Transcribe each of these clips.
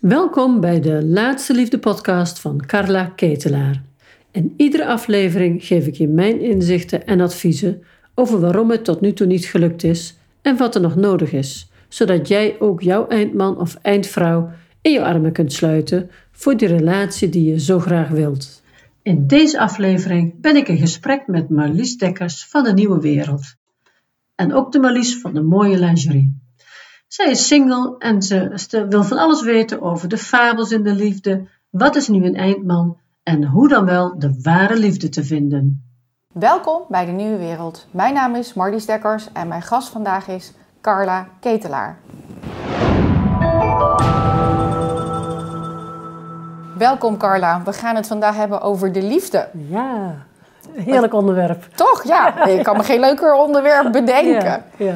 Welkom bij de Laatste Liefde podcast van Carla Ketelaar. In iedere aflevering geef ik je mijn inzichten en adviezen over waarom het tot nu toe niet gelukt is en wat er nog nodig is, zodat jij ook jouw eindman of eindvrouw in je armen kunt sluiten voor die relatie die je zo graag wilt. In deze aflevering ben ik in gesprek met Marlies Dekkers van de Nieuwe Wereld. En ook de Marlies van de mooie lingerie. Zij is single en ze wil van alles weten over de fabels in de liefde, wat is nu een eindman en hoe dan wel de ware liefde te vinden. Welkom bij de Nieuwe Wereld. Mijn naam is Marlies Dekkers en mijn gast vandaag is Carla Ketelaar. Welkom Carla, we gaan het vandaag hebben over de liefde. Ja, heerlijk onderwerp. Toch? Ja, ik kan me geen leuker onderwerp bedenken. Ja.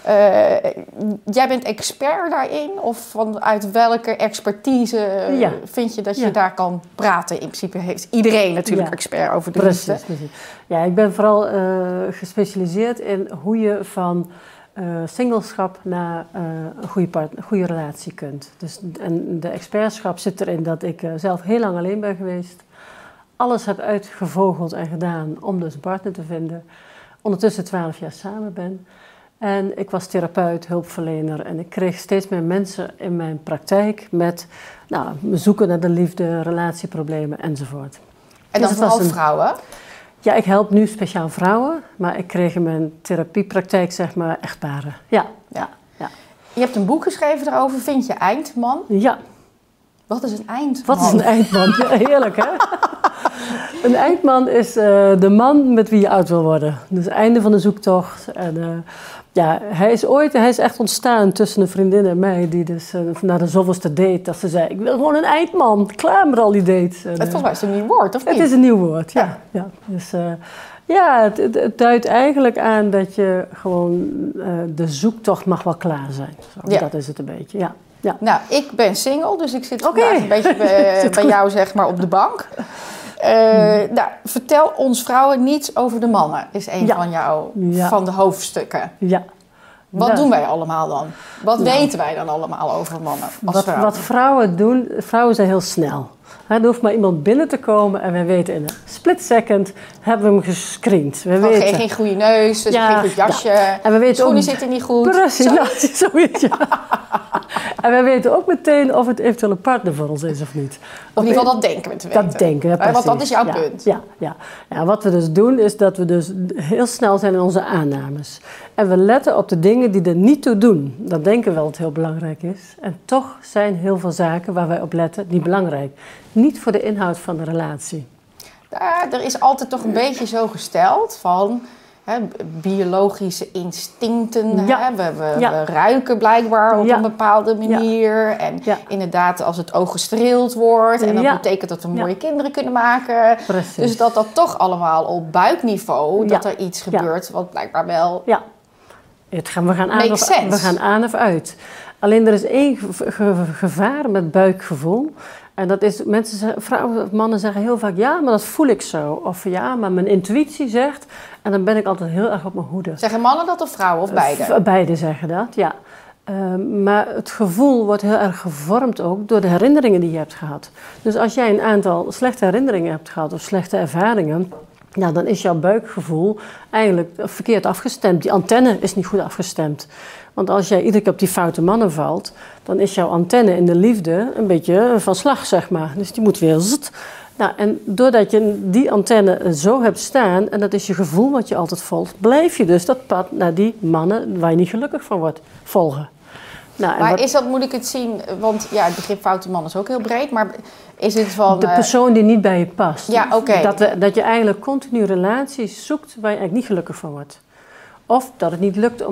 Jij bent expert daarin of vanuit welke expertise vind je dat je daar kan praten? In principe heeft iedereen natuurlijk expert over de liefde. Precies. Ja, ik ben vooral gespecialiseerd in hoe je van singleschap naar een goede relatie kunt. Dus, en de expertschap zit erin dat ik zelf heel lang alleen ben geweest. Alles heb uitgevogeld en gedaan om dus een partner te vinden. Ondertussen 12 jaar samen ben. En ik was therapeut, hulpverlener en ik kreeg steeds meer mensen in mijn praktijk met zoeken naar de liefde, relatieproblemen enzovoort. En dan vooral vrouwen? Ja, ik help nu speciaal vrouwen, maar ik kreeg in mijn therapiepraktijk zeg maar echtparen. Ja. Je hebt een boek geschreven daarover, Vind je eindman? Ja. Wat is een eindman? Wat is een eindman? Ja, heerlijk hè? Een eindman is de man met wie je oud wil worden. Dus het einde van de zoektocht. En hij is echt ontstaan tussen een vriendin en mij. Die dus na de zoveelste date, dat ze zei, ik wil gewoon een eindman. Klaar met al die dates. En, volgens mij is het een nieuw woord, of niet? Het is een nieuw woord, ja. Dus het duidt eigenlijk aan dat je gewoon de zoektocht mag wel klaar zijn. Zo, dat is het een beetje, ja. Nou, ik ben single, dus ik zit vandaag een beetje bij jou zeg maar op de bank. Vertel ons vrouwen niets over de mannen, is een van jouw van de hoofdstukken. Ja. Wat doen wij allemaal dan? Wat weten wij dan allemaal over mannen als vrouwen? Wat vrouwen doen, vrouwen zijn heel snel. Er hoeft maar iemand binnen te komen en we weten in een split second hebben we hem gescreend. Geen goede neus, dus geen goed jasje, en we weten schoenen zitten niet goed. Precies, zoiets. En we weten ook meteen of het eventueel een partner voor ons is of niet. Of in ieder geval dat denken we te weten. Dat denken we, precies. Want dat is jouw punt. Ja, wat we dus doen is dat we dus heel snel zijn in onze aannames. En we letten op de dingen die er niet toe doen. Dat denken we wel dat het heel belangrijk is. En toch zijn heel veel zaken waar wij op letten niet belangrijk. Niet voor de inhoud van de relatie. Er is altijd toch een beetje zo gesteld van biologische instincten. Ja. We ruiken blijkbaar op een bepaalde manier. En inderdaad, als het oog gestreeld wordt. En dat betekent dat we mooie kinderen kunnen maken. Precies. Dus dat toch allemaal op buikniveau, dat er iets gebeurt wat blijkbaar wel... Ja, we gaan aan of uit. Alleen er is één gevaar met buikgevoel. En dat is, mannen zeggen heel vaak, ja, maar dat voel ik zo. Of ja, maar mijn intuïtie zegt. En dan ben ik altijd heel erg op mijn hoede. Zeggen mannen dat of vrouwen of beide? Beide zeggen dat, ja. Maar het gevoel wordt heel erg gevormd ook door de herinneringen die je hebt gehad. Dus als jij een aantal slechte herinneringen hebt gehad of slechte ervaringen, dan is jouw buikgevoel eigenlijk verkeerd afgestemd. Die antenne is niet goed afgestemd. Want als jij iedere keer op die foute mannen valt, dan is jouw antenne in de liefde een beetje van slag, zeg maar. Dus die moet weer zit. En doordat je die antenne zo hebt staan, en dat is je gevoel wat je altijd volgt, blijf je dus dat pad naar die mannen waar je niet gelukkig van wordt volgen. Moet ik het zien, want het begrip foute man is ook heel breed, maar is het van... De persoon die niet bij je past. Ja, oké. Dat je eigenlijk continu relaties zoekt waar je eigenlijk niet gelukkig van wordt. Of dat het niet lukt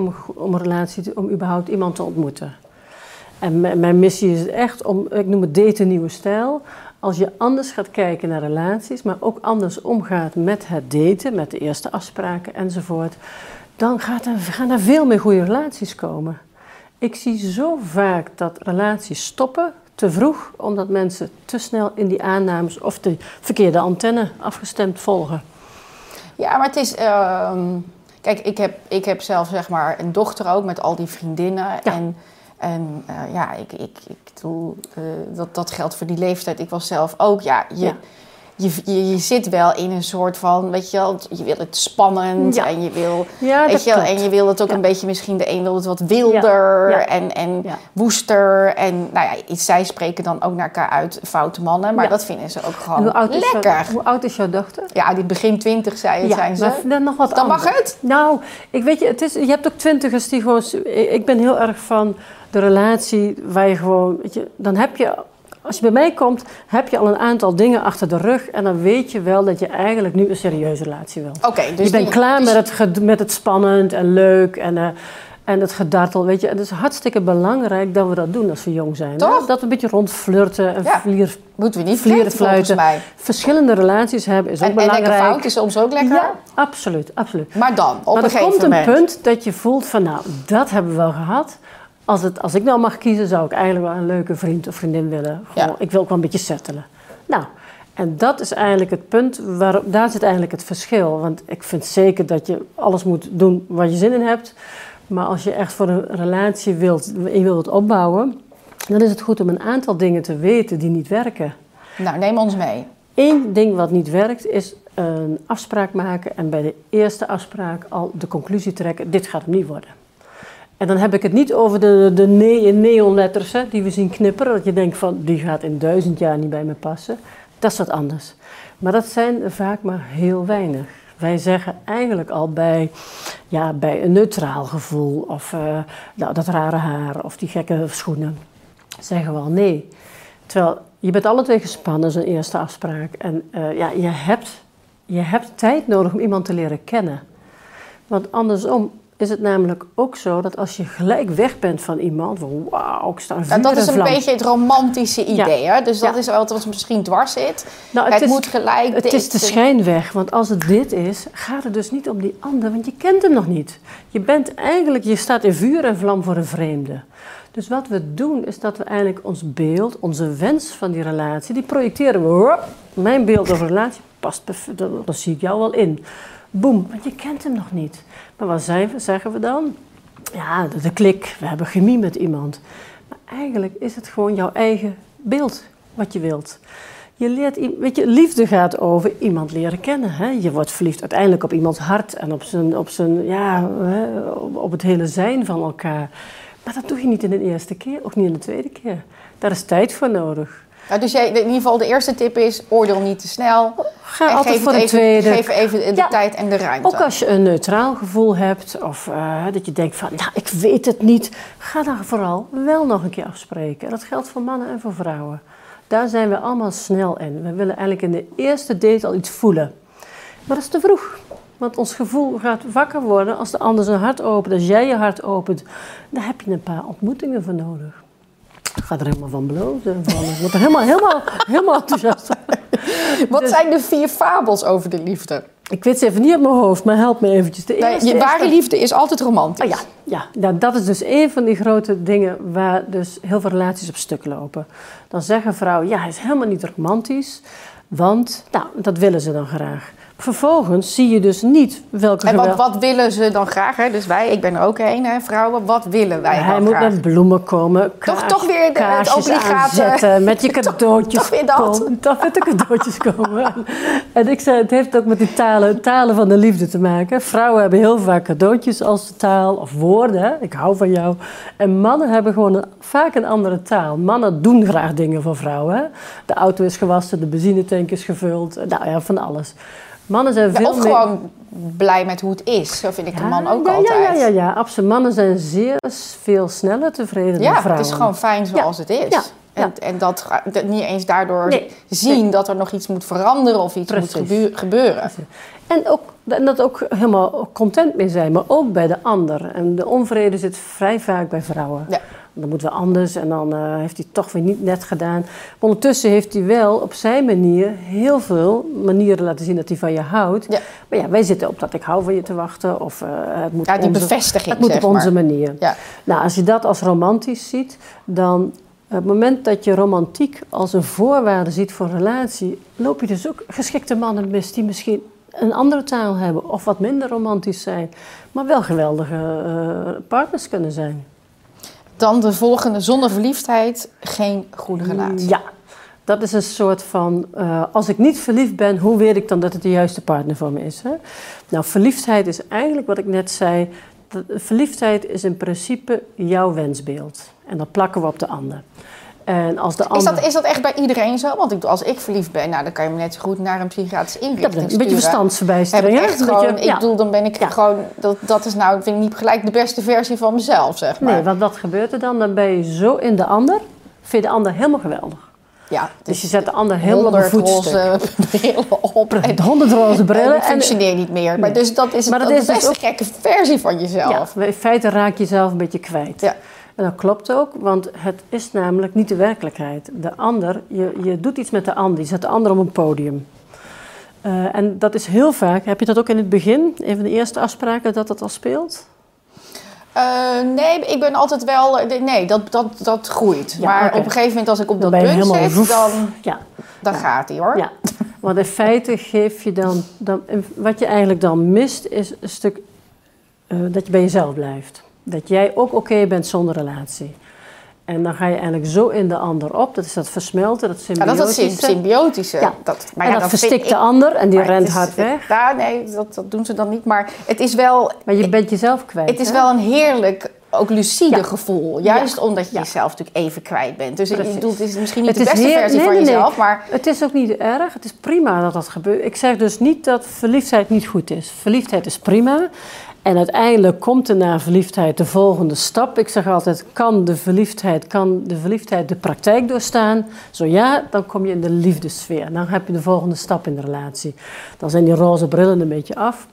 om überhaupt iemand te ontmoeten. En mijn missie is echt om, ik noem het daten nieuwe stijl. Als je anders gaat kijken naar relaties, maar ook anders omgaat met het daten, met de eerste afspraken enzovoort, dan gaan er veel meer goede relaties komen. Ik zie zo vaak dat relaties stoppen te vroeg, omdat mensen te snel in die aannames of de verkeerde antenne afgestemd volgen. Ja, maar het is... Kijk, ik heb zelf zeg maar een dochter ook met al die vriendinnen. Ja. En ik bedoel, dat geldt voor die leeftijd. Ik was zelf ook, je zit wel in een soort van, weet je wel, je wil het spannend en je wil, en je wil het ook een beetje, misschien de een wil het wat wilder en woester. En zij spreken dan ook naar elkaar uit, foute mannen, maar dat vinden ze ook gewoon lekker. Hoe oud is jouw dochter? Ja, die begin 20 zijn ze. Dan nog wat dan mag het? Nou, ik weet je hebt ook twintigers die gewoon, ik ben heel erg van de relatie waar je gewoon, weet je, dan heb je, als je bij mij komt, heb je al een aantal dingen achter de rug en dan weet je wel dat je eigenlijk nu een serieuze relatie wilt. Okay, dus je bent klaar met het spannend en leuk en het gedartel, weet je. Het is hartstikke belangrijk dat we dat doen als we jong zijn. Toch? Hè? Dat we een beetje rondflirten en moeten we niet vlieren fluiten. Verschillende relaties hebben is ook belangrijk. En lekker fout is soms ook lekker? Ja, absoluut. Maar dan, op een gegeven moment. er komt een punt dat je voelt van, nou, dat hebben we wel gehad. Als ik nou mag kiezen, zou ik eigenlijk wel een leuke vriend of vriendin willen. Gewoon, ik wil ook wel een beetje settelen. Nou, en dat is eigenlijk het punt, daar zit eigenlijk het verschil. Want ik vind zeker dat je alles moet doen waar je zin in hebt. Maar als je echt voor een relatie wilt het opbouwen, dan is het goed om een aantal dingen te weten die niet werken. Nou, neem ons mee. Eén ding wat niet werkt is een afspraak maken en bij de eerste afspraak al de conclusie trekken, dit gaat hem niet worden. En dan heb ik het niet over de neonletters die we zien knipperen. Dat je denkt van, die gaat in 1000 jaar niet bij me passen. Dat is wat anders. Maar dat zijn vaak maar heel weinig. Wij zeggen eigenlijk al bij een neutraal gevoel of dat rare haar of die gekke schoenen, zeggen we al nee. Terwijl je bent alle twee gespannen, zo'n eerste afspraak. En je hebt tijd nodig om iemand te leren kennen. Want andersom is het namelijk ook zo dat als je gelijk weg bent van iemand, van wauw, ik sta vuur en vlam. Dat is een beetje het romantische idee, hè? Dus dat is wel wat misschien dwars zit. Nou, het moet gelijk. Het is de schijnweg, want als het dit is, gaat het dus niet om die ander, want je kent hem nog niet. Je staat in vuur en vlam voor een vreemde. Dus wat we doen, is dat we eigenlijk ons beeld, onze wens van die relatie, die projecteren we. Mijn beeld over relatie past, daar zie ik jou wel in. Boem, want je kent hem nog niet. Maar wat zeggen we dan? Ja, de klik, we hebben chemie met iemand. Maar eigenlijk is het gewoon jouw eigen beeld wat je wilt. Je leert, liefde gaat over iemand leren kennen. Hè? Je wordt verliefd uiteindelijk op iemands hart en op het hele zijn van elkaar. Maar dat doe je niet in de eerste keer, ook niet in de tweede keer. Daar is tijd voor nodig. Nou, dus in ieder geval de eerste tip is, oordeel niet te snel. Ga altijd voor de tweede. Geef even de tijd en de ruimte. Ook als je een neutraal gevoel hebt of dat je denkt van, ik weet het niet. Ga dan vooral wel nog een keer afspreken. Dat geldt voor mannen en voor vrouwen. Daar zijn we allemaal snel in. We willen eigenlijk in de eerste date al iets voelen. Maar dat is te vroeg. Want ons gevoel gaat wakker worden als de ander zijn hart opent. Als jij je hart opent, daar heb je een paar ontmoetingen voor nodig. Ik ga er helemaal van blozen. Ik word er helemaal enthousiast. Wat zijn de 4 fabels over de liefde? Ik weet ze even niet uit mijn hoofd, maar help me eventjes. Je ware liefde is altijd romantisch. Oh ja. Nou, dat is dus een van die grote dingen waar dus heel veel relaties op stuk lopen. Dan zeggen vrouwen, hij is helemaal niet romantisch, want dat willen ze dan graag. Vervolgens zie je dus niet welke... En wat willen ze dan graag? Hè? Dus ik ben er ook een, hè, vrouwen. Wat willen wij dan graag? Hij moet met bloemen komen. Toch weer het obligate... Met je cadeautjes. Toch weer dat? Toch weer de cadeautjes komen. En ik zei, het heeft ook met die talen van de liefde te maken. Vrouwen hebben heel vaak cadeautjes als taal of woorden. Hè? Ik hou van jou. En mannen hebben gewoon vaak een andere taal. Mannen doen graag dingen voor vrouwen. Hè? De auto is gewassen, de benzinetank is gevuld. Van alles. Mannen zijn veel gewoon blij met hoe het is. Zo vind ik een man ook altijd. Ja, absoluut. Mannen zijn zeer veel sneller tevreden dan vrouwen. Ja, het is gewoon fijn zoals het is. Ja. En dat niet eens daardoor zien dat er nog iets moet veranderen of iets moet gebeuren. En dat ook helemaal content mee zijn, maar ook bij de ander. En de onvrede zit vrij vaak bij vrouwen. Ja. Dan moet wel anders en dan heeft hij het toch weer niet net gedaan. Maar ondertussen heeft hij wel op zijn manier heel veel manieren laten zien dat hij van je houdt. Ja. Maar wij zitten op dat ik hou van je te wachten. Of, het moet die bevestiging, het moet op onze manier. Ja. Nou, als je dat als romantisch ziet, dan... Op het moment dat je romantiek als een voorwaarde ziet voor een relatie, loop je dus ook geschikte mannen mis die misschien een andere taal hebben of wat minder romantisch zijn, maar wel geweldige partners kunnen zijn. Dan de volgende, zonder verliefdheid geen goede relatie. Ja, dat is een soort van, als ik niet verliefd ben, hoe weet ik dan dat het de juiste partner voor me is? Hè? Nou, verliefdheid is eigenlijk wat ik net zei. Verliefdheid is in principe jouw wensbeeld. En dat plakken we op de ander. En als de ander... Is dat echt bij iedereen zo? Want als ik verliefd ben, dan kan je me net zo goed naar een psychiatrische inrichting sturen. Een beetje verstandsverbijstering. Dan ben ik gewoon... Dat is nou, vind ik niet gelijk de beste versie van mezelf, zeg maar. Nee, want wat gebeurt er dan? Dan ben je zo in de ander, vind je de ander helemaal geweldig. Ja, dus je zet de ander helemaal op een voetstuk. 100 roze brillen op. 100 roze brillen. En functioneert niet meer. Nee. Maar dus dat is de beste gekke versie van jezelf. Ja, in feite raak je jezelf een beetje kwijt. Ja. En dat klopt ook, want het is namelijk niet de werkelijkheid. De ander, je doet iets met de ander, je zet de ander op een podium. En dat is heel vaak, heb je dat ook in het begin, een van de eerste afspraken, dat al speelt? Nee, ik ben altijd wel... Nee, dat groeit. Ja, maar op een gegeven moment als ik op dat punt zit, dan gaat hij hoor. Ja. Want in feite geef je dan... Wat je eigenlijk dan mist, is een stuk dat je bij jezelf blijft. Dat jij ook oké bent zonder relatie. En dan ga je eigenlijk zo in de ander op. Dat is dat versmelten, dat symbiotische. Ja, dat is dat symbiotische. Ja. Dat verstikt de ander en die rent hard weg. Ja, nee, dat doen ze dan niet. Maar het is wel... Maar je bent jezelf kwijt. Het is wel een heerlijk, ook lucide gevoel. Juist omdat je jezelf natuurlijk even kwijt bent. Dus het is misschien niet de beste versie van jezelf. Maar... Het is ook niet erg. Het is prima dat gebeurt. Ik zeg dus niet dat verliefdheid niet goed is. Verliefdheid is prima. En uiteindelijk komt er na verliefdheid de volgende stap. Ik zeg altijd, kan de verliefdheid de praktijk doorstaan? Zo ja, dan kom je in de liefdessfeer. Dan heb je de volgende stap in de relatie. Dan zijn die roze brillen een beetje af.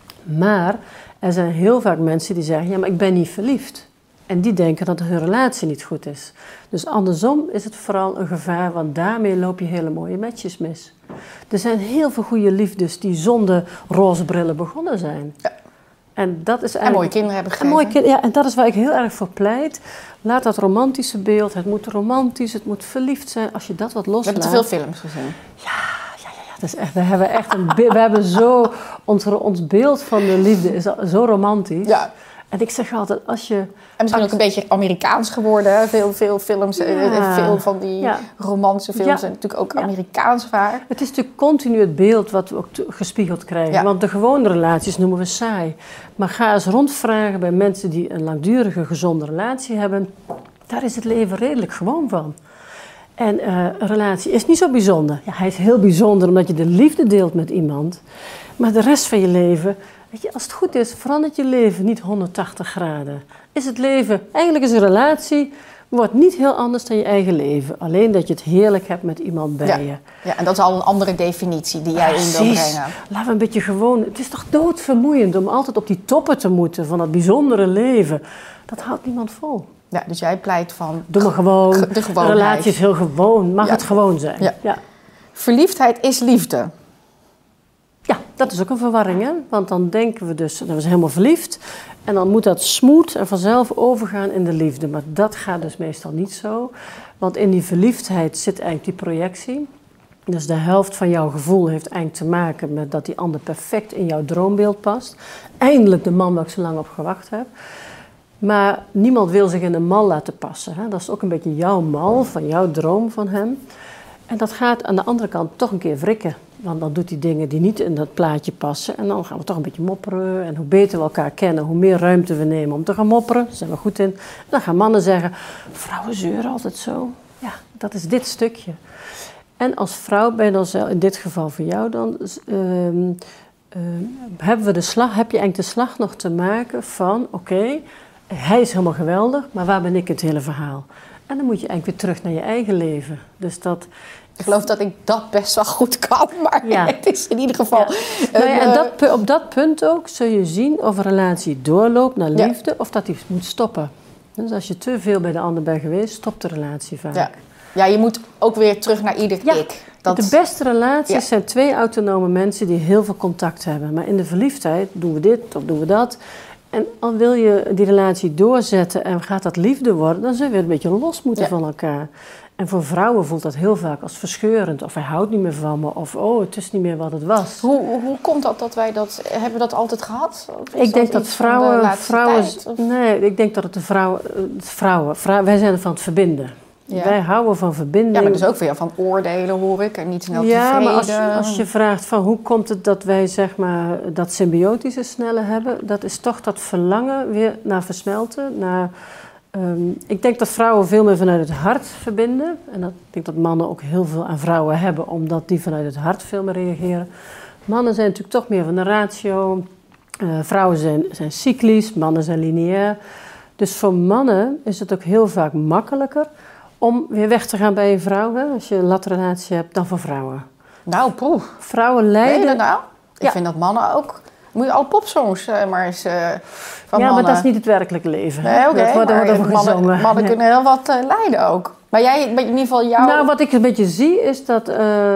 Maar er zijn heel vaak mensen die zeggen, ja, maar ik ben niet verliefd. En die denken dat hun relatie niet goed is. Dus andersom is het vooral een gevaar, want daarmee loop je hele mooie matches mis. Er zijn heel veel goede liefdes die zonder roze brillen begonnen zijn. Ja. En dat is eigenlijk... En mooie kinderen hebben gegeven. En dat is waar ik heel erg voor pleit. Laat dat romantische beeld, het moet romantisch, het moet verliefd zijn. Als je dat wat loslaat... We hebben te veel films gezien. Ja. Dat is echt, we hebben echt we hebben zo... Ons beeld van de liefde is zo romantisch. Ja. En ik zeg altijd, als je... En misschien ook een beetje Amerikaans geworden. Veel films, veel van die romantisfilms zijn natuurlijk ook Amerikaans vaak. Het is natuurlijk continu het beeld wat we ook gespiegeld krijgen. Ja. Want de gewone relaties noemen we saai. Maar ga eens rondvragen bij mensen die een langdurige, gezonde relatie hebben. Daar is het leven redelijk gewoon van. En een relatie is niet zo bijzonder. Ja, hij is heel bijzonder omdat je de liefde deelt met iemand. Maar de rest van je leven... Weet je, als het goed is, verandert je leven niet 180 graden. Is het leven, eigenlijk is een relatie, wordt niet heel anders dan je eigen leven. Alleen dat je het heerlijk hebt met iemand bij je. Ja, en dat is al een andere definitie die jij in wil brengen. Laten we een beetje gewoon... Het is toch doodvermoeiend om altijd op die toppen te moeten van dat bijzondere leven. Dat houdt niemand vol. Ja, dus jij pleit van... Doe maar gewoon. De gewoonheid. Een relatie is heel gewoon. Mag het gewoon zijn. Ja. Verliefdheid is liefde. Ja, dat is ook een verwarring, hè? Want dan denken we dus, dat we zijn helemaal verliefd. En dan moet dat smooth en vanzelf overgaan in de liefde. Maar dat gaat dus meestal niet zo. Want in die verliefdheid zit eigenlijk die projectie. Dus de helft van jouw gevoel heeft eigenlijk te maken met dat die ander perfect in jouw droombeeld past. Eindelijk de man waar ik zo lang op gewacht heb. Maar niemand wil zich in een mal laten passen. Hè? Dat is ook een beetje jouw mal, van jouw droom van hem. En dat gaat aan de andere kant toch een keer wrikken. Want dan doet hij dingen die niet in dat plaatje passen. En dan gaan we toch een beetje mopperen. En hoe beter we elkaar kennen, hoe meer ruimte we nemen om te gaan mopperen. Daar zijn we goed in. En dan gaan mannen zeggen, vrouwen zeuren altijd zo. Ja, dat is dit stukje. En als vrouw ben je dan zelf, in dit geval voor jou dan... heb je eigenlijk de slag nog te maken van... Oké, hij is helemaal geweldig, maar waar ben ik het hele verhaal? En dan moet je eigenlijk weer terug naar je eigen leven. Dus dat... Ik geloof dat ik dat best wel goed kan, maar het is in ieder geval... En op dat punt ook zul je zien of een relatie doorloopt naar liefde of dat die moet stoppen. Dus als je te veel bij de ander bent geweest, stopt de relatie vaak. Ja, je moet ook weer terug naar ieder ik. De beste relaties zijn twee autonome mensen die heel veel contact hebben. Maar in de verliefdheid doen we dit of doen we dat... En al wil je die relatie doorzetten en gaat dat liefde worden... dan zul je weer een beetje los moeten van elkaar. En voor vrouwen voelt dat heel vaak als verscheurend. Of hij houdt niet meer van me. Of het is niet meer wat het was. Hoe komt dat wij dat... Hebben we dat altijd gehad? Ik denk dat vrouwen... Nee, ik denk dat het de vrouwen... Wij zijn van het verbinden. Ja. Wij houden van verbinding. Ja, maar dus ook weer van oordelen hoor ik. En niet snel tevreden. Ja, maar als je vraagt van hoe komt het dat wij zeg maar dat symbiotische snelle hebben. Dat is toch dat verlangen weer naar versmelten. Ik denk dat vrouwen veel meer vanuit het hart verbinden. En ik denk dat mannen ook heel veel aan vrouwen hebben. Omdat die vanuit het hart veel meer reageren. Mannen zijn natuurlijk toch meer van de ratio. Vrouwen zijn cyclisch. Mannen zijn lineair. Dus voor mannen is het ook heel vaak makkelijker om weer weg te gaan bij een vrouw, hè? Als je een latrelatie hebt, dan voor vrouwen. Nou, poeh. Vrouwen lijden... Weet je dat nou? Ik vind dat mannen ook... Moet je al popsongs maar eens van mannen... maar dat is niet het werkelijke leven. Nee, oké. Dat wordt over gezongen. Mannen kunnen heel wat lijden ook. Maar jij, in ieder geval jou... Nou, wat ik een beetje zie is dat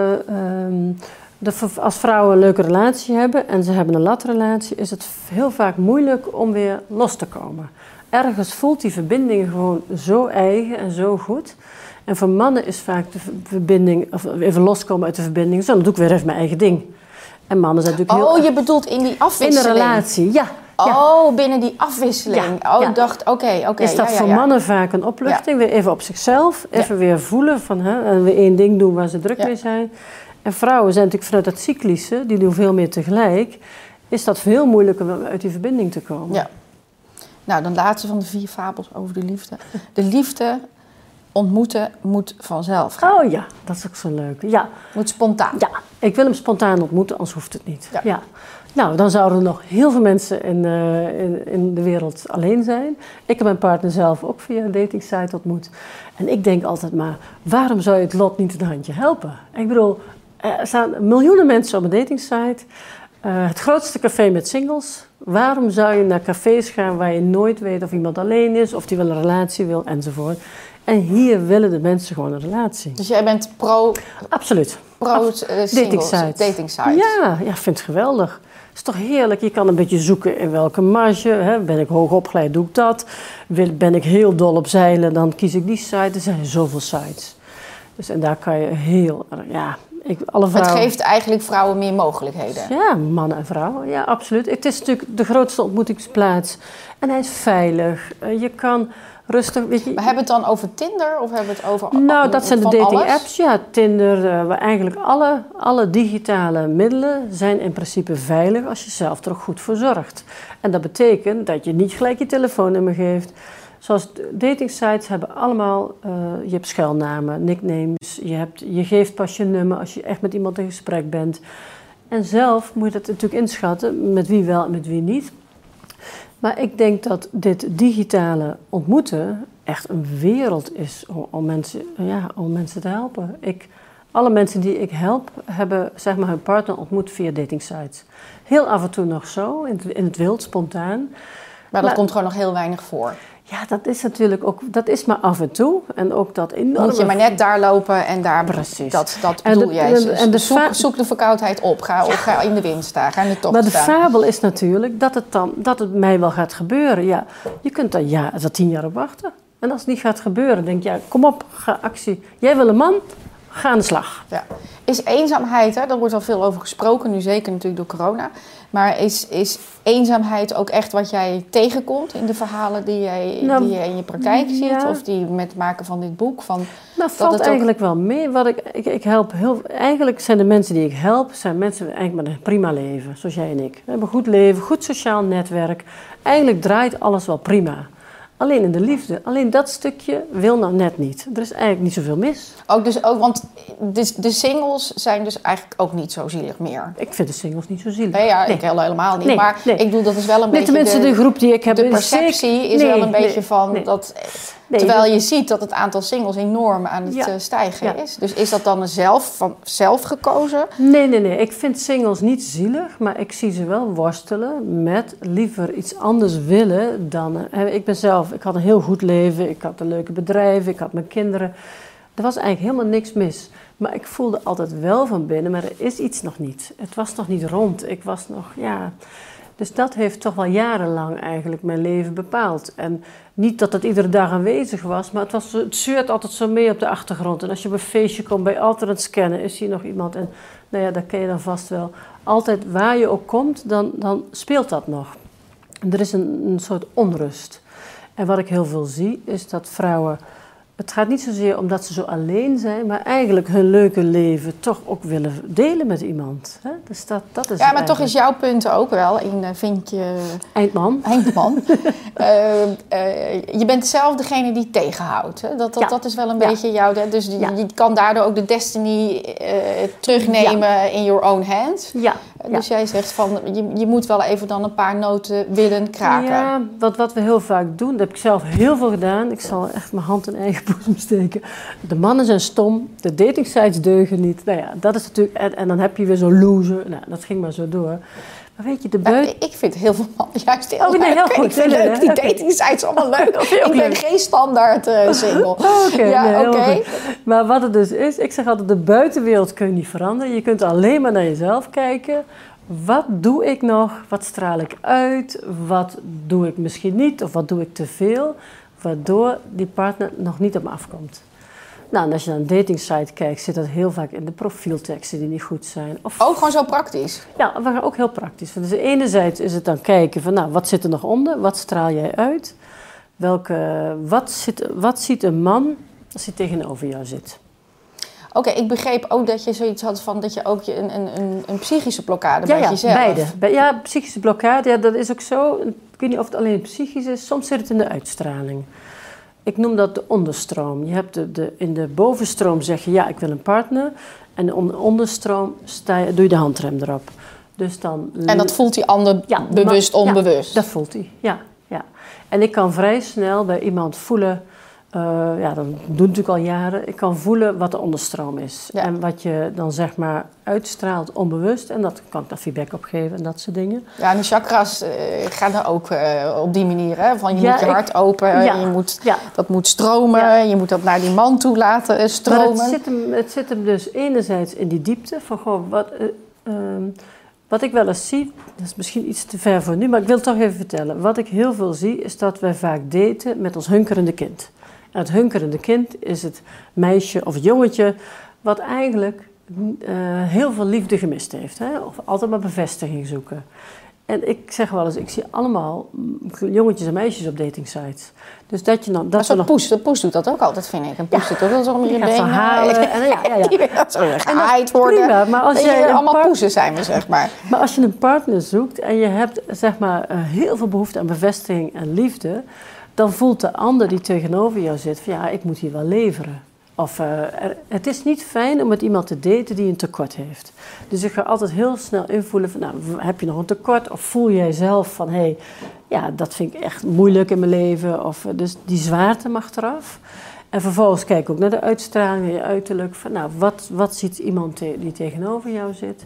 als vrouwen een leuke relatie hebben en ze hebben een latrelatie, is het heel vaak moeilijk om weer los te komen. Ergens voelt die verbinding gewoon zo eigen en zo goed. En voor mannen is vaak de verbinding, of even loskomen uit de verbinding, zo, dan doe ik weer even mijn eigen ding. En mannen zijn natuurlijk heel... Oh, je bedoelt in die afwisseling? In de relatie, ja. Oh, binnen die afwisseling. Ja, ik dacht, oké. Is dat voor mannen vaak een opluchting? Weer even op zichzelf, even weer voelen van, en weer één ding doen waar ze druk mee zijn. En vrouwen zijn natuurlijk vanuit dat cyclische, die doen veel meer tegelijk, is dat veel moeilijker om uit die verbinding te komen. Ja. Nou, dan laatste van de 4 fabels over de liefde. De liefde ontmoeten moet vanzelf gaan. Oh ja, dat is ook zo leuk. Ja. Moet spontaan. Ja, ik wil hem spontaan ontmoeten, anders hoeft het niet. Ja. Nou, dan zouden er nog heel veel mensen in de wereld alleen zijn. Ik heb mijn partner zelf ook via een datingsite ontmoet. En ik denk altijd maar, waarom zou je het lot niet een handje helpen? Ik bedoel, er staan miljoenen mensen op een datingsite. Het grootste café met singles. Waarom zou je naar cafés gaan waar je nooit weet of iemand alleen is, of die wel een relatie wil, enzovoort. En hier willen de mensen gewoon een relatie. Dus jij bent pro... Absoluut. Pro datingsites. Ja, ik vind het geweldig. Het is toch heerlijk. Je kan een beetje zoeken in welke marge. Hè? Ben ik hoog opgeleid, doe ik dat. Ben ik heel dol op zeilen, dan kies ik die site. Er zijn zoveel sites. Dus, en daar kan je heel... alle vrouwen... Het geeft eigenlijk vrouwen meer mogelijkheden. Ja, mannen en vrouwen. Ja, absoluut. Het is natuurlijk de grootste ontmoetingsplaats. En hij is veilig. Je kan rustig... Weet je... Maar hebben we het dan over Tinder of hebben we het over... Nou, dat zijn de dating apps. Ja, Tinder. Waar eigenlijk alle digitale middelen zijn in principe veilig als je zelf er ook goed voor zorgt. En dat betekent dat je niet gelijk je telefoonnummer geeft. Zoals datingsites hebben allemaal, je hebt schuilnamen, nicknames, je geeft pas je nummer als je echt met iemand in gesprek bent. En zelf moet je dat natuurlijk inschatten, met wie wel en met wie niet. Maar ik denk dat dit digitale ontmoeten echt een wereld is om mensen te helpen. Alle mensen die ik help, hebben zeg maar hun partner ontmoet via datingsites. Heel af en toe nog zo, in het wild, spontaan. Maar dat komt gewoon nog heel weinig voor. Ja, dat is natuurlijk ook, dat is maar af en toe. En ook dat enorme... Moet je maar net daar lopen en daar... Precies. Dat bedoel jij. Zoek de verkoudheid op. Ga in de wind staan. Ga in de tocht staan. Maar de fabel is natuurlijk dat het mij wel gaat gebeuren. Ja, je kunt er 10 jaar op wachten. En als het niet gaat gebeuren, denk je, kom op, ga actie. Jij wil een man, ga aan de slag. Ja. Is eenzaamheid, daar wordt al veel over gesproken, nu zeker natuurlijk door corona. Maar is eenzaamheid ook echt wat jij tegenkomt in de verhalen die je in je praktijk ziet? Of die met het maken van dit boek? Valt eigenlijk wel mee. Ik help eigenlijk zijn de mensen die ik help, zijn mensen eigenlijk met een prima leven, zoals jij en ik. We hebben een goed leven, goed sociaal netwerk. Eigenlijk draait alles wel prima. Alleen in de liefde, alleen dat stukje wil nou net niet. Er is eigenlijk niet zoveel mis. Want de singles zijn dus eigenlijk ook niet zo zielig meer. Ik vind de singles niet zo zielig. Nee, ik helemaal niet. Maar ik bedoel, dat is wel een beetje... Tenminste, de groep die ik heb... De perceptie is wel een beetje van dat... Terwijl je ziet dat het aantal singles enorm aan het stijgen is. Dus is dat dan zelf gekozen? Nee. Ik vind singles niet zielig, maar ik zie ze wel worstelen met liever iets anders willen dan... Ik had een heel goed leven, ik had een leuke bedrijf, ik had mijn kinderen. Er was eigenlijk helemaal niks mis. Maar ik voelde altijd wel van binnen, maar er is iets nog niet. Het was nog niet rond. Ik was nog, Dus dat heeft toch wel jarenlang eigenlijk mijn leven bepaald. En niet dat het iedere dag aanwezig was, maar het zeurt altijd zo mee op de achtergrond. En als je op een feestje komt, ben je altijd aan het scannen. Is hier nog iemand? En nou ja, dat ken je dan vast wel. Altijd waar je ook komt, dan speelt dat nog. En er is een soort onrust. En wat ik heel veel zie, is dat vrouwen... Het gaat niet zozeer omdat ze zo alleen zijn, maar eigenlijk hun leuke leven toch ook willen delen met iemand. Hè? Dus dat is ja, maar eigenlijk... toch is jouw punt ook wel vind je... Eindman. Je bent zelf degene die tegenhoudt. Hè? Dat is wel een beetje jou. Dus je kan daardoor ook de destiny terugnemen in your own hands. Ja. Dus jij zegt van, je moet wel even dan een paar noten willen kraken. Ja, wat we heel vaak doen, dat heb ik zelf heel veel gedaan. Ik zal echt mijn hand in eigen boezem steken. De mannen zijn stom, de datingsites deugen niet. Nou ja, dat is natuurlijk... En dan heb je weer zo'n loser. Nou, dat ging maar zo door. Maar weet je, ik vind heel veel mannen juist heel leuk. Heel goed, ik vind leuk, die datingsites allemaal leuk. Ik ben geen standaard single. Oké. Maar wat het dus is, ik zeg altijd, de buitenwereld kun je niet veranderen. Je kunt alleen maar naar jezelf kijken. Wat doe ik nog? Wat straal ik uit? Wat doe ik misschien niet? Of wat doe ik te veel? Waardoor die partner nog niet op me afkomt. Nou, en als je naar een datingsite kijkt, zit dat heel vaak in de profielteksten die niet goed zijn. Of... Ook gewoon zo praktisch? Ja, we gaan ook heel praktisch. Dus enerzijds is het dan kijken van, nou, wat zit er nog onder? Wat straal jij uit? Wat ziet een man als hij tegenover jou zit? Oké, ik begreep ook dat je zoiets had van dat je ook een psychische blokkade bij jezelf... Beide. Ja, psychische blokkade, ja, dat is ook zo. Ik weet niet of het alleen psychisch is, soms zit het in de uitstraling. Ik noem dat de onderstroom. Je hebt in de bovenstroom zeg je, ja, ik wil een partner. En in de onderstroom doe je de handrem erop. Dus dan... En dat voelt die ander bewust, onbewust? Ja, dat voelt hij, ja. En ik kan vrij snel bij iemand voelen... dat doe ik natuurlijk al jaren. Ik kan voelen wat de onderstroom is. Ja. En wat je dan zeg maar uitstraalt onbewust. En dat kan ik dan feedback op geven en dat soort dingen. Ja, en die chakras gaan er ook op die manier. Hè? Van je moet je hart open. Dat moet stromen. Ja. Je moet dat naar die man toe laten stromen. Maar het zit hem dus enerzijds in die diepte. Van gewoon wat ik wel eens zie, dat is misschien iets te ver voor nu, maar ik wil het toch even vertellen. Wat ik heel veel zie, is dat wij vaak daten met ons hunkerende kind. En het hunkerende kind is het meisje of jongetje wat eigenlijk heel veel liefde gemist heeft. Hè? Of altijd maar bevestiging zoeken. En ik zeg wel eens, ik zie allemaal jongetjes en meisjes op datingsites. Dus dat je dan... De poes doet dat ook altijd, vind ik. Een poes doet ook wel zo om je benen. Verhalen. Die wil zo gehaaid worden. Prima, maar als jij allemaal poesen zijn we, zeg maar. Maar als je een partner zoekt en je hebt zeg maar heel veel behoefte aan bevestiging en liefde... dan voelt de ander die tegenover jou zit van ja, ik moet hier wel leveren. Of het is niet fijn om met iemand te daten die een tekort heeft. Dus ik ga altijd heel snel invoelen van, nou, heb je nog een tekort? Of voel jij zelf van, dat vind ik echt moeilijk in mijn leven. Of, dus die zwaarte mag eraf. En vervolgens kijk ik ook naar de uitstraling, naar je uiterlijk. Van, nou, wat ziet iemand die tegenover jou zit?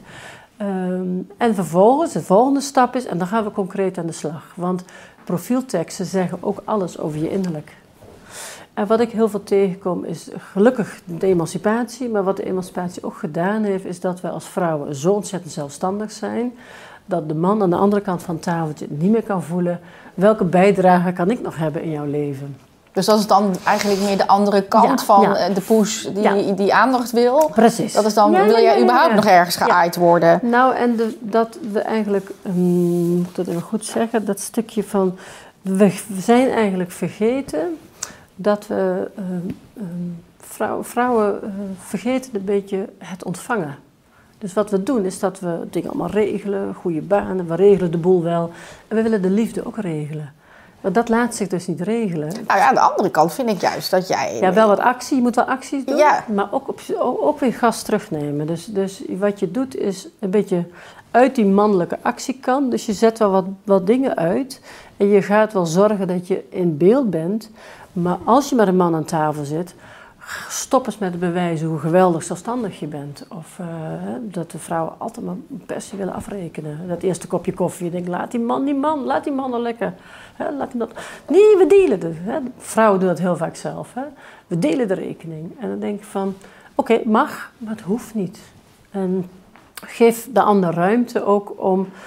En vervolgens, de volgende stap is, en dan gaan we concreet aan de slag. Want profielteksten zeggen ook alles over je innerlijk. En wat ik heel veel tegenkom is gelukkig de emancipatie. Maar wat de emancipatie ook gedaan heeft, is dat wij als vrouwen zo ontzettend zelfstandig zijn. Dat de man aan de andere kant van het tafeltje niet meer kan voelen. Welke bijdrage kan ik nog hebben in jouw leven? Dus dat is dan eigenlijk meer de andere kant van de poes die aandacht wil. Precies. Dat is dan, wil jij überhaupt nog ergens geaaid worden? Nou, en dat we eigenlijk, moet ik dat even goed zeggen, dat stukje van, we zijn eigenlijk vergeten dat we, vrouwen vergeten een beetje het ontvangen. Dus wat we doen is dat we dingen allemaal regelen, goede banen, we regelen de boel wel. En we willen de liefde ook regelen. Maar dat laat zich dus niet regelen. Nou ja, aan de andere kant vind ik juist dat jij... Ja, wel wat actie. Je moet wel acties doen. Ja. Maar ook weer gas terugnemen. Dus wat je doet is een beetje uit die mannelijke actiekant. Dus je zet wel wat dingen uit. En je gaat wel zorgen dat je in beeld bent. Maar als je met een man aan tafel zit... stop eens met het bewijzen hoe geweldig zelfstandig je bent. Of dat de vrouwen altijd maar per se willen afrekenen. Dat eerste kopje koffie, je denkt, laat die man dan lekker. Laat hem dat. Nee, we delen het. Vrouwen doen dat heel vaak zelf. We delen de rekening. En dan denk ik van, oké, mag, maar het hoeft niet. En geef de ander ruimte ook om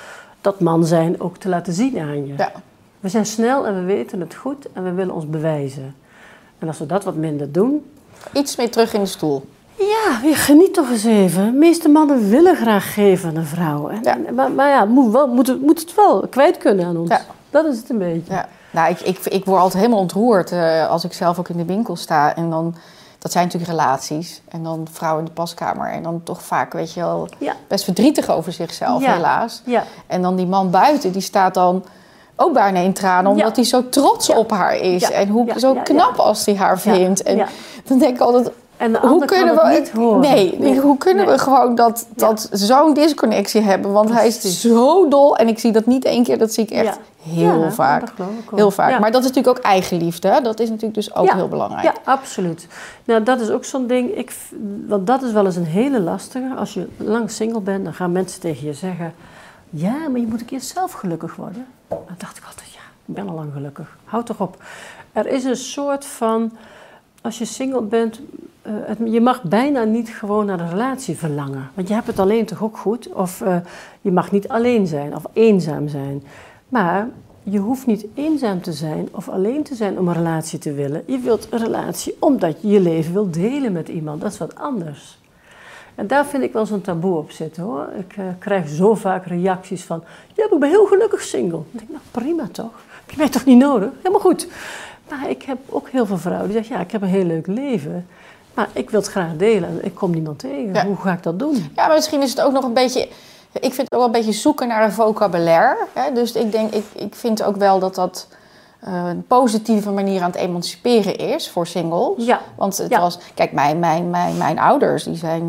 dat man zijn ook te laten zien aan je. Ja. We zijn snel en we weten het goed en we willen ons bewijzen. En als we dat wat minder doen... Iets meer terug in de stoel. Ja, geniet toch eens even. De meeste mannen willen graag geven aan een vrouw. Maar ja, moet het wel kwijt kunnen aan ons. Ja. Dat is het een beetje. Ja. Nou, ik word altijd helemaal ontroerd als ik zelf ook in de winkel sta. En dan, dat zijn natuurlijk relaties. En dan vrouwen in de paskamer. En dan toch vaak, weet je wel, best verdrietig over zichzelf, helaas. Ja. En dan die man buiten, die staat dan ook bijna in tranen. Omdat hij zo trots op haar is. Ja. En zo knap als hij haar vindt. En dan denk ik altijd... En hoe kunnen we niet horen? Hoe kunnen we gewoon dat zo'n disconnectie hebben? Want hij is zo dol. En ik zie dat niet één keer, dat zie ik echt heel vaak. Heel vaak. Ja. Maar dat is natuurlijk ook eigenliefde. Hè? Dat is natuurlijk dus ook heel belangrijk. Ja, absoluut. Nou, dat is ook zo'n ding. Want dat is wel eens een hele lastige. Als je lang single bent, dan gaan mensen tegen je zeggen... Ja, maar je moet een keer zelf gelukkig worden. Dan dacht ik altijd, ik ben al lang gelukkig. Houd toch op. Er is een soort van... Als je single bent... je mag bijna niet gewoon naar een relatie verlangen. Want je hebt het alleen toch ook goed. Of je mag niet alleen zijn of eenzaam zijn. Maar je hoeft niet eenzaam te zijn of alleen te zijn om een relatie te willen. Je wilt een relatie omdat je je leven wilt delen met iemand. Dat is wat anders. En daar vind ik wel zo'n taboe op zitten, hoor. Ik krijg zo vaak reacties van... Ja, ik ben heel gelukkig single. Dan denk ik, nou prima toch? Heb je mij toch niet nodig? Helemaal goed. Maar ik heb ook heel veel vrouwen die zeggen... Ja, ik heb een heel leuk leven... Maar ik wil het graag delen en ik kom niemand tegen. Ja. Hoe ga ik dat doen? Ja, maar misschien is het ook nog een beetje... Ik vind het ook wel een beetje zoeken naar een vocabulaire. Hè? Dus ik vind ook wel dat een positieve manier aan het emanciperen is voor singles. Ja. Want het was... Kijk, mijn ouders, die zijn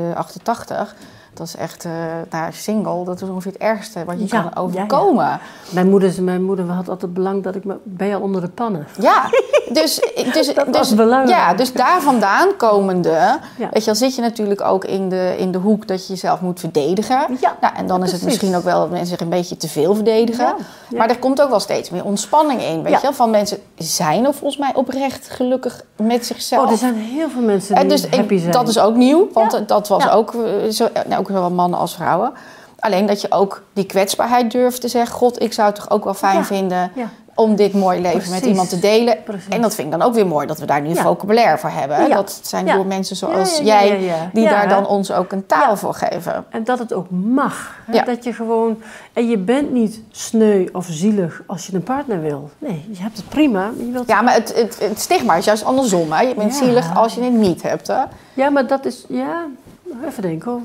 88... Dat is echt, single, dat is ongeveer het ergste wat je kan overkomen. Ja. Mijn moeder had altijd belang dat ik ben je al onder de pannen. Ja, dus dat was belangrijk. Ja, dus daar vandaan komende, weet je, dan zit je natuurlijk ook in de hoek dat je jezelf moet verdedigen. Ja, nou, en dan is het misschien ook wel dat mensen zich een beetje te veel verdedigen. Ja, ja. Maar er komt ook wel steeds meer ontspanning in, weet je, van mensen zijn er volgens mij oprecht gelukkig met zichzelf. Oh, er zijn heel veel mensen die happy zijn. Dat is ook nieuw, want dat was ook zo... ook zowel mannen als vrouwen. Alleen dat je ook die kwetsbaarheid durft te zeggen... God, ik zou het toch ook wel fijn vinden... om dit mooie leven met iemand te delen. Precies. En dat vind ik dan ook weer mooi... dat we daar nu een vocabulaire voor hebben. Ja. Dat zijn door mensen zoals jij... die daar dan ons ook een taal voor geven. En dat het ook mag. Ja. Dat je gewoon... En je bent niet sneu of zielig als je een partner wil. Nee, je hebt het prima. Je wilt... Ja, maar het stigma is juist andersom. Hè? Je bent zielig als je het niet hebt. Hè? Ja, maar dat is... Even denken,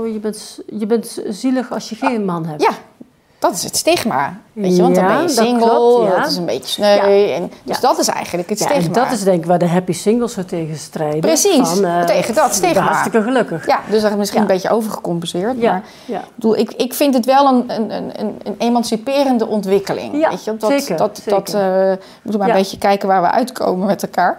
je bent zielig als je geen man hebt. Ja, dat is het stigma. Weet je, want dan ben je single, dat is een beetje sneu. En, dus dat is eigenlijk het stigma. En dat is denk ik waar de happy singles zo tegen strijden. Precies, tegen dat stigma. Hartstikke gelukkig. Ja, dus dat is misschien een beetje overgecompenseerd. Ja. Maar ik vind het wel een emanciperende ontwikkeling. Ja, weet je? We moeten maar een beetje kijken waar we uitkomen met elkaar.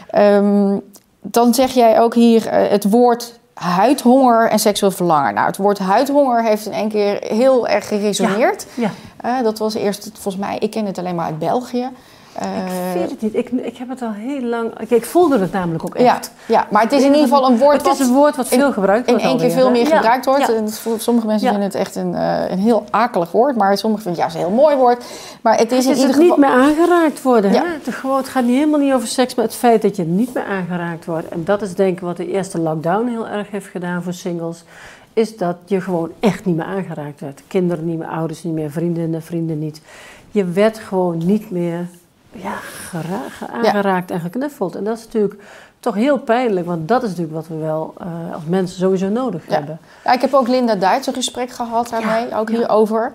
Dan zeg jij ook hier het woord... huidhonger en seksueel verlangen. Nou, het woord huidhonger heeft in één keer heel erg geresoneerd. Ja. Dat was eerst, volgens mij, ik ken het alleen maar uit België. Ik weet het niet. Ik heb het al heel lang... Ik voelde het namelijk ook echt. Ja, maar het is in ieder geval een woord Het is een woord wat veel gebruikt wordt. In één keer veel meer gebruikt wordt. Ja. Sommige mensen vinden het echt een heel akelig woord. Maar sommigen vinden het juist een heel mooi woord. Maar het is in ieder geval... niet meer aangeraakt worden. Ja. Het gaat helemaal niet over seks, maar het feit dat je niet meer aangeraakt wordt. En dat is denk ik wat de eerste lockdown heel erg heeft gedaan voor singles. Is dat je gewoon echt niet meer aangeraakt werd. Kinderen niet meer, ouders niet meer, vrienden niet. Je werd gewoon niet meer... aangeraakt en geknuffeld. En dat is natuurlijk toch heel pijnlijk, want dat is natuurlijk wat we wel als mensen sowieso nodig hebben. Ja, ik heb ook Linda Duits een gesprek gehad daarmee, ook hierover.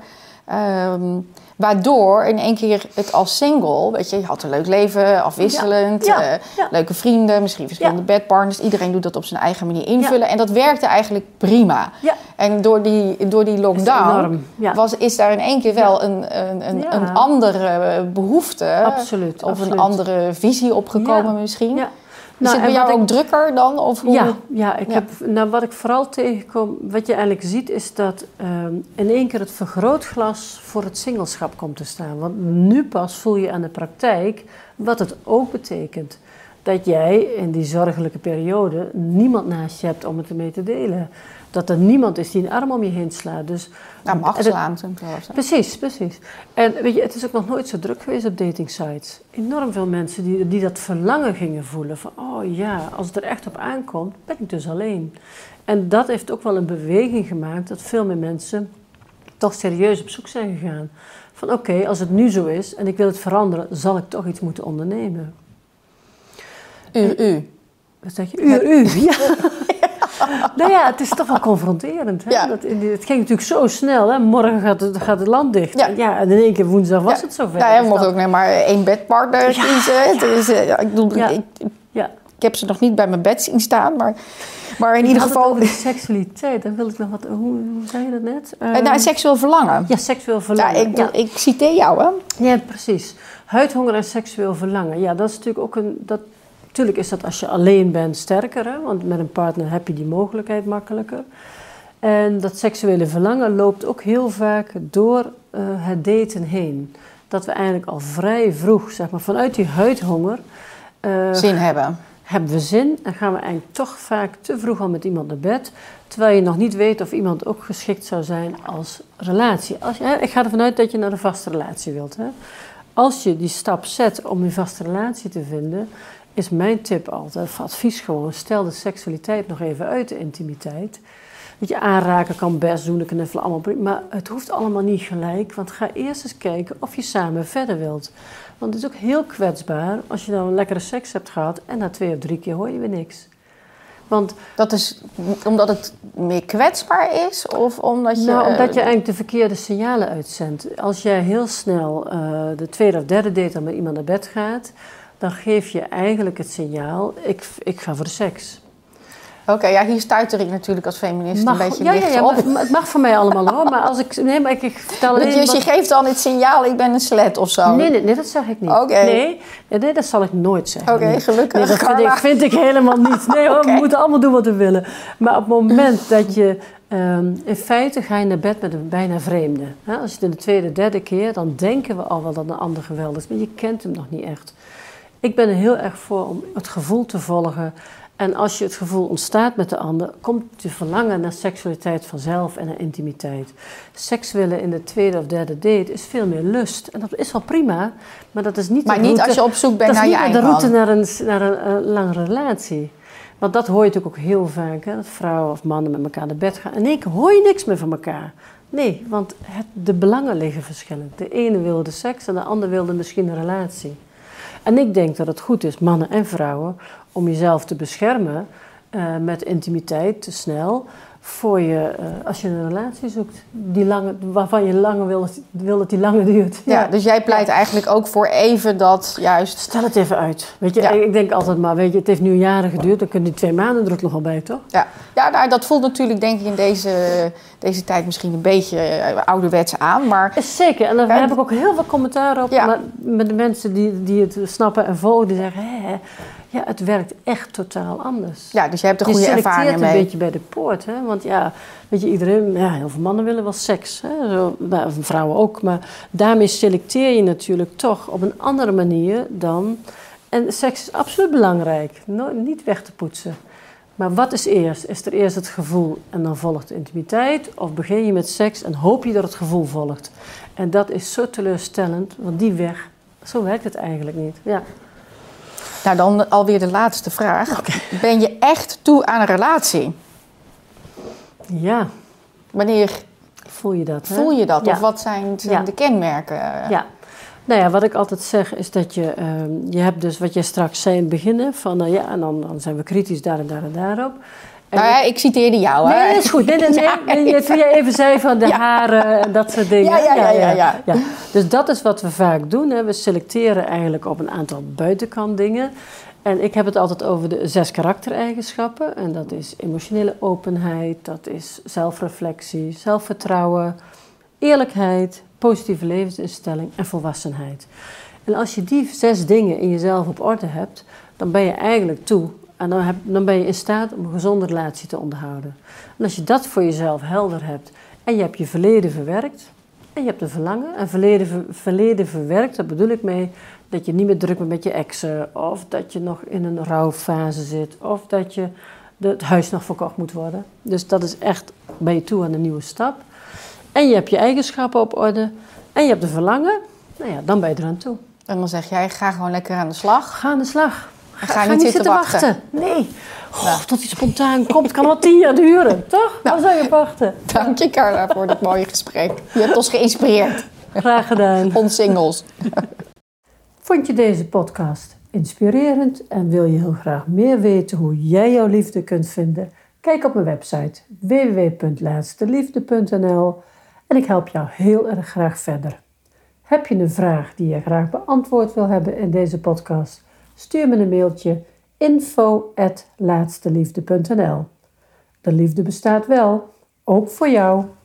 Waardoor in één keer het als single, weet je had een leuk leven, afwisselend, leuke vrienden, misschien verschillende bedpartners. Iedereen doet dat op zijn eigen manier invullen. Ja. En dat werkte eigenlijk prima. Ja. En door die lockdown is daar in één keer wel een andere behoefte. Absoluut. Of een andere visie opgekomen misschien. Ja. Is het bij jou ook drukker dan? Of hoe? Wat ik vooral tegenkom, wat je eigenlijk ziet, is dat in één keer het vergrootglas voor het singleschap komt te staan. Want nu pas voel je aan de praktijk wat het ook betekent. dat jij in die zorgelijke periode niemand naast je hebt om het ermee te delen. Dat er niemand is die een arm om je heen slaat. Dus, mag slaan. Precies. En weet je, het is ook nog nooit zo druk geweest op datingsites. Enorm veel mensen die dat verlangen gingen voelen. Van, oh ja, als het er echt op aankomt, ben ik dus alleen. En dat heeft ook wel een beweging gemaakt dat veel meer mensen toch serieus op zoek zijn gegaan. Van oké, als het nu zo is en ik wil het veranderen, zal ik toch iets moeten ondernemen. Wat zeg je? Ja. Nou ja, het is toch wel confronterend. Hè? Ja. Het ging natuurlijk zo snel. Hè? Morgen gaat het land dicht. Ja. En in één keer woensdag was het zover. Ja, je mocht ook nog maar 1 bedpartner kiezen. Dus, ik heb ze nog niet bij mijn bed zien staan, maar in ieder geval... Over de seksualiteit, dan wil ik nog wat... Hoe zei je dat net? Seksueel verlangen. Ja, seksueel verlangen. Ik citeer jou, hè? Ja, precies. Huidhonger en seksueel verlangen. Ja, dat is natuurlijk ook natuurlijk is dat als je alleen bent sterker, hè? Want met een partner heb je die mogelijkheid makkelijker. En dat seksuele verlangen loopt ook heel vaak door het daten heen. Dat we eigenlijk al vrij vroeg, zeg maar, vanuit die huidhonger... zin hebben. Hebben we zin en gaan we eigenlijk toch vaak te vroeg al met iemand naar bed. Terwijl je nog niet weet of iemand ook geschikt zou zijn als relatie. Ik ga ervan uit dat je naar een vaste relatie wilt. Hè? Als je die stap zet om een vaste relatie te vinden... is mijn tip altijd, of advies gewoon... stel de seksualiteit nog even uit de intimiteit. Dat je aanraken kan best doen, knuffelen, allemaal. Maar het hoeft allemaal niet gelijk. Want ga eerst eens kijken of je samen verder wilt. Want het is ook heel kwetsbaar als je dan een lekkere seks hebt gehad... en na 2 of 3 keer hoor je weer niks. Want dat is omdat het meer kwetsbaar is? Of omdat je... omdat je eigenlijk de verkeerde signalen uitzendt. Als jij heel snel de 2e of 3e date dan met iemand naar bed gaat... dan geef je eigenlijk het signaal, ik ga voor de seks. Oké, hier stuiter ik natuurlijk als feminist een beetje licht op. Het mag voor mij allemaal hoor, maar als ik vertel alleen... Dus je geeft dan het signaal, ik ben een slet of zo? Nee, dat zeg ik niet. Okay. Nee, dat zal ik nooit zeggen. Oké, gelukkig. Nee, dat vind ik helemaal niet. Nee hoor, we moeten allemaal doen wat we willen. Maar op het moment dat je... in feite ga je naar bed met een bijna vreemde. Als je het de 2e, 3e keer, dan denken we al wel dat een ander geweldig is. Maar je kent hem nog niet echt. Ik ben er heel erg voor om het gevoel te volgen... En als je het gevoel ontstaat met de ander, komt je verlangen naar seksualiteit vanzelf en naar intimiteit. Seks willen in de 2e of 3e date is veel meer lust. En dat is wel prima, maar dat is niet maar niet als je op zoek bent naar je eigen man. Dat is niet de route naar een lange relatie. Want dat hoor je natuurlijk ook heel vaak, hè, dat vrouwen of mannen met elkaar naar bed gaan. En in één keer hoor je niks meer van elkaar. Nee, want de belangen liggen verschillend. De ene wilde seks en de ander wilde misschien een relatie. En ik denk dat het goed is, mannen en vrouwen, om jezelf te beschermen met intimiteit te snel. Voor je, als je een relatie zoekt waarvan je langer wil dat die langer duurt. Ja, dus jij pleit eigenlijk ook voor even dat juist... Stel het even uit. Weet je, ik denk altijd maar, weet je, het heeft nu jaren geduurd, dan kunnen die 2 maanden er ook nog al bij, toch? Ja, nou, dat voelt natuurlijk denk ik in deze tijd misschien een beetje ouderwets aan, maar... Zeker, en daar heb ik ook heel veel commentaar op. Ja. Maar met de mensen die het snappen en volgen, die zeggen... Ja, het werkt echt totaal anders. Ja, dus je hebt er goede ervaring mee. Je selecteert een beetje bij de poort, hè? Want ja, weet je, heel veel mannen willen wel seks, hè? Zo, vrouwen ook, maar daarmee selecteer je natuurlijk toch op een andere manier dan... En seks is absoluut belangrijk, niet weg te poetsen. Maar wat is eerst? Is er eerst het gevoel en dan volgt de intimiteit? Of begin je met seks en hoop je dat het gevoel volgt? En dat is zo teleurstellend, want die weg, zo werkt het eigenlijk niet, ja. Nou, dan alweer de laatste vraag. Okay. Ben je echt toe aan een relatie? Ja. Wanneer voel je dat? Voel je dat? Ja. Of wat zijn de kenmerken? Ja. Nou ja, wat ik altijd zeg is dat je hebt dus wat jij straks zei in het begin. Van en dan zijn we kritisch daar en daar en daarop. En nou ja, ik citeerde jou, hè? Nee, dat is goed. Nee. Toen jij even zei van de haren en dat soort dingen. Ja. Dus dat is wat we vaak doen. Hè. We selecteren eigenlijk op een aantal buitenkant dingen. En ik heb het altijd over de 6 karaktereigenschappen. En dat is emotionele openheid, dat is zelfreflectie, zelfvertrouwen, eerlijkheid, positieve levensinstelling en volwassenheid. En als je die 6 dingen in jezelf op orde hebt, dan ben je eigenlijk toe. En dan ben je in staat om een gezonde relatie te onderhouden. En als je dat voor jezelf helder hebt en je hebt je verleden verwerkt en je hebt een verlangen. En verleden verwerkt, daar bedoel ik mee dat je niet meer druk bent met je exen, of dat je nog in een rouwfase zit, of dat het huis nog verkocht moet worden. Dus dat is echt, ben je toe aan een nieuwe stap. En je hebt je eigenschappen op orde en je hebt de verlangen, nou ja, dan ben je eraan toe. En dan zeg jij, ga gewoon lekker aan de slag. Ga aan de slag. Ga niet zitten wachten. Nee. Tot iets spontaan komt, kan wel 10 jaar duren, toch? Dan zou je wachten. Dank je, Carla, voor dit mooie gesprek. Je hebt ons geïnspireerd. Graag gedaan. Ons singles. Vond je deze podcast inspirerend en wil je heel graag meer weten hoe jij jouw liefde kunt vinden? Kijk op mijn website www.laatsteliefde.nl en ik help jou heel erg graag verder. Heb je een vraag die je graag beantwoord wil hebben in deze podcast? Stuur me een mailtje info@laatsteliefde.nl. De liefde bestaat wel, ook voor jou.